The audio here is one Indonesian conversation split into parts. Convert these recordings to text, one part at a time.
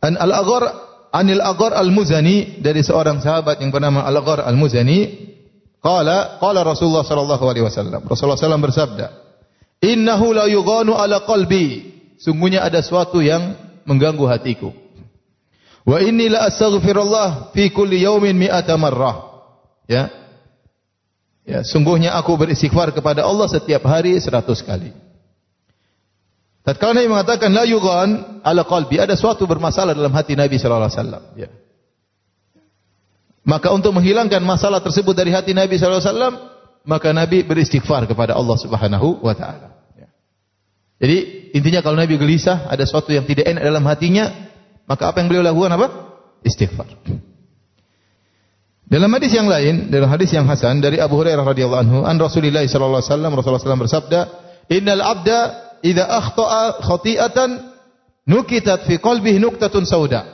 An Al-Aghar Anil Aghar Al-Muzani, dari seorang sahabat yang bernama Al-Aghar Al-Muzani, qala Rasulullah sallallahu alaihi wasallam. Rasulullah sallallahu bersabda, "Innahu la yughanu ala qalbi." Sungguhnya ada sesuatu yang mengganggu hatiku. Wa inni la astaghfirullah fi kulli yaumin mi'ata marrah. Ya. Ya, sungguhnya aku beristighfar kepada Allah setiap hari 100 kali. Tatkala Nabi mengatakan la yughan ala qalbi, ada suatu bermasalah dalam hati Nabi sallallahu alaihi wasallam, ya. Maka untuk menghilangkan masalah tersebut dari hati Nabi sallallahu alaihi wasallam, maka Nabi beristighfar kepada Allah Subhanahu wa taala, ya. Jadi intinya kalau Nabi gelisah, ada sesuatu yang tidak enak dalam hatinya, maka apa yang beliau lakukan apa? Istighfar. Dalam hadis yang lain, dalam hadis yang hasan dari Abu Hurairah radhiyallahu anhu, an Rasulillah sallallahu alaihi wasallam, Rasulullah sallallahu bersabda, "Innal 'abda idza akhta'a khati'atan nukitat fi qalbihi nuqtatun sauda."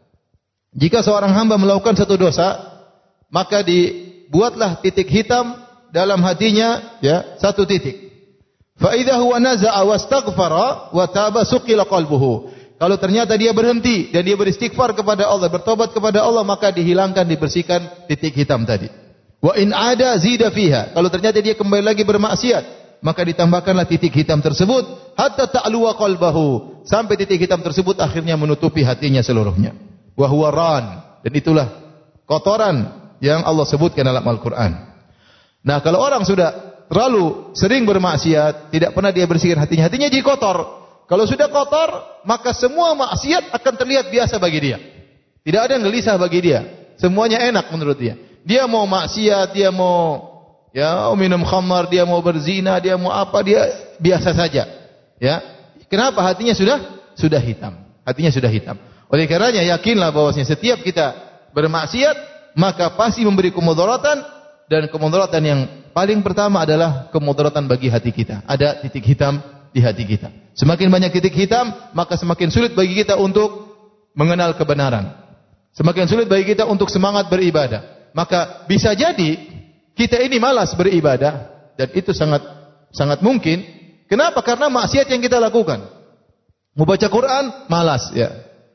Jika seorang hamba melakukan satu dosa, maka dibuatlah titik hitam dalam hatinya, ya, satu titik. Fa idza huwa naza'a wastaghfara wa taba suqila qalbuhu. Kalau ternyata dia berhenti dan dia beristighfar kepada Allah, bertobat kepada Allah, maka dihilangkan, dibersihkan titik hitam tadi. Wa in ada zida fiha. Kalau ternyata dia kembali lagi bermaksiat, maka ditambahkanlah titik hitam tersebut hatta ta'luwa qalbahu, sampai titik hitam tersebut akhirnya menutupi hatinya seluruhnya. Wa huwa ran, dan itulah kotoran yang Allah sebutkan dalam Al-Qur'an. Nah, kalau orang sudah terlalu sering bermaksiat, tidak pernah dia bersihkan hatinya, hatinya jadi kotor. Kalau sudah kotor, maka semua maksiat akan terlihat biasa bagi dia. Tidak ada yang gelisah bagi dia. Semuanya enak menurut dia. Dia mau maksiat, dia mau minum khamar, dia mau berzina, dia mau apa, dia biasa saja. Ya. Kenapa? Hatinya sudah hitam. Hatinya sudah hitam. Oleh karenanya yakinlah bahwasanya setiap kita bermaksiat, maka pasti memberi kemudaratan, dan kemudaratan yang paling pertama adalah kemudaratan bagi hati kita. Ada titik hitam di hati kita. Semakin banyak titik hitam, maka semakin sulit bagi kita untuk mengenal kebenaran. Semakin sulit bagi kita untuk semangat beribadah. Maka bisa jadi kita ini malas beribadah, dan itu sangat mungkin. Kenapa? Karena maksiat yang kita lakukan. Mau baca Quran, malas, ya.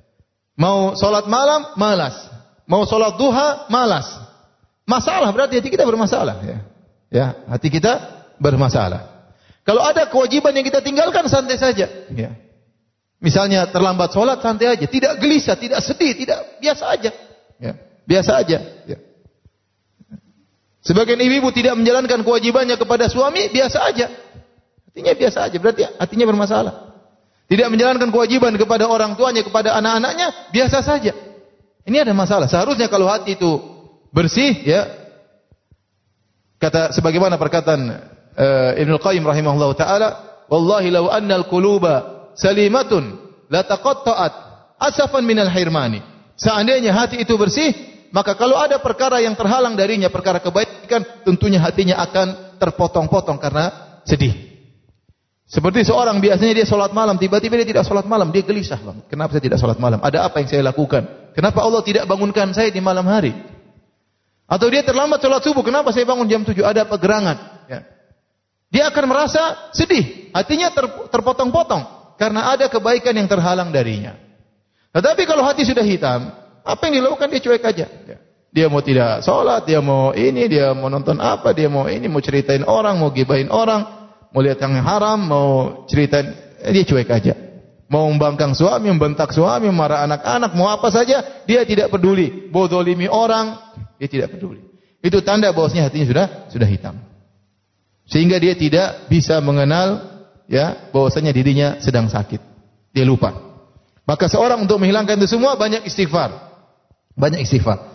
Mau salat malam, malas. Mau salat duha, malas. Masalah, berarti hati kita bermasalah, ya. Ya, hati kita bermasalah. Kalau ada kewajiban yang kita tinggalkan, santai saja, ya. Misalnya terlambat salat, santai aja, tidak gelisah, tidak sedih, tidak, biasa aja, ya. Biasa aja, ya. Sebagian ibu-ibu tidak menjalankan kewajibannya kepada suami, biasa aja. Artinya biasa aja, berarti hatinya bermasalah. Tidak menjalankan kewajiban kepada orang tuanya, kepada anak-anaknya, biasa saja. Ini ada masalah. Seharusnya kalau hati itu bersih, ya. Kata sebagaimana perkataan Ibnu Qayyim rahimahullahu taala, "Wallahi law anna al-quluba salimatun la taqatta'at asafan minal hirmani." Seandainya hati itu bersih, maka kalau ada perkara yang terhalang darinya, perkara kebaikan, tentunya hatinya akan terpotong-potong karena sedih. Seperti seorang biasanya dia sholat malam, tiba-tiba dia tidak sholat malam, dia gelisah banget. Kenapa saya tidak sholat malam? Ada apa yang saya lakukan? Kenapa Allah tidak bangunkan saya di malam hari? Atau dia terlambat sholat subuh, kenapa saya bangun jam 7? Ada apa gerangan? Ya. Dia akan merasa sedih, hatinya terpotong-potong karena ada kebaikan yang terhalang darinya. Tetapi kalau hati sudah hitam, apa yang dilakukan dia cuek aja. Ya. Dia mau tidak sholat, dia mau ini, dia mau nonton apa, dia mau ini, mau ceritain orang, mau gibahin orang, mau lihat yang haram, mau ceritain, dia cuek aja. Mau membangkang suami, membentak suami, marah anak-anak, mau apa saja, dia tidak peduli. Mau dolimi orang, dia tidak peduli. Itu tanda bahwasanya hatinya sudah hitam. Sehingga dia tidak bisa mengenal, ya, bahwasanya dirinya sedang sakit. Dia lupa. Maka seorang untuk menghilangkan itu semua banyak istighfar. Banyak istighfar.